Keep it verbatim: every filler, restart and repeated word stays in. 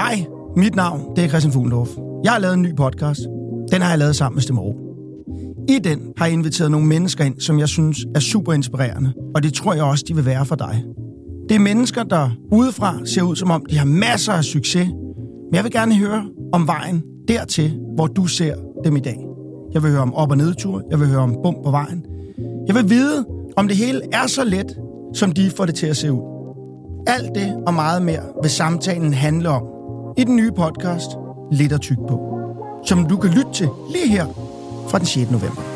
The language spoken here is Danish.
Hej, mit navn det er Christian Fuglendorf. Jeg har lavet en ny podcast. Den har jeg lavet sammen med Stemmerup. I den har jeg inviteret nogle mennesker ind, som jeg synes er super inspirerende, og det tror jeg også, de vil være for dig. Det er mennesker, der udefra ser ud som om, de har masser af succes, men jeg vil gerne høre om vejen dertil, hvor du ser dem i dag. Jeg vil høre om op- og nedture, jeg vil høre om bump på vejen. Jeg vil vide, om det hele er så let, som de får det til at se ud. Alt det og meget mere vil samtalen handle om i den nye podcast Lidt at tykke på, som du kan lytte til lige her fra den sjette november.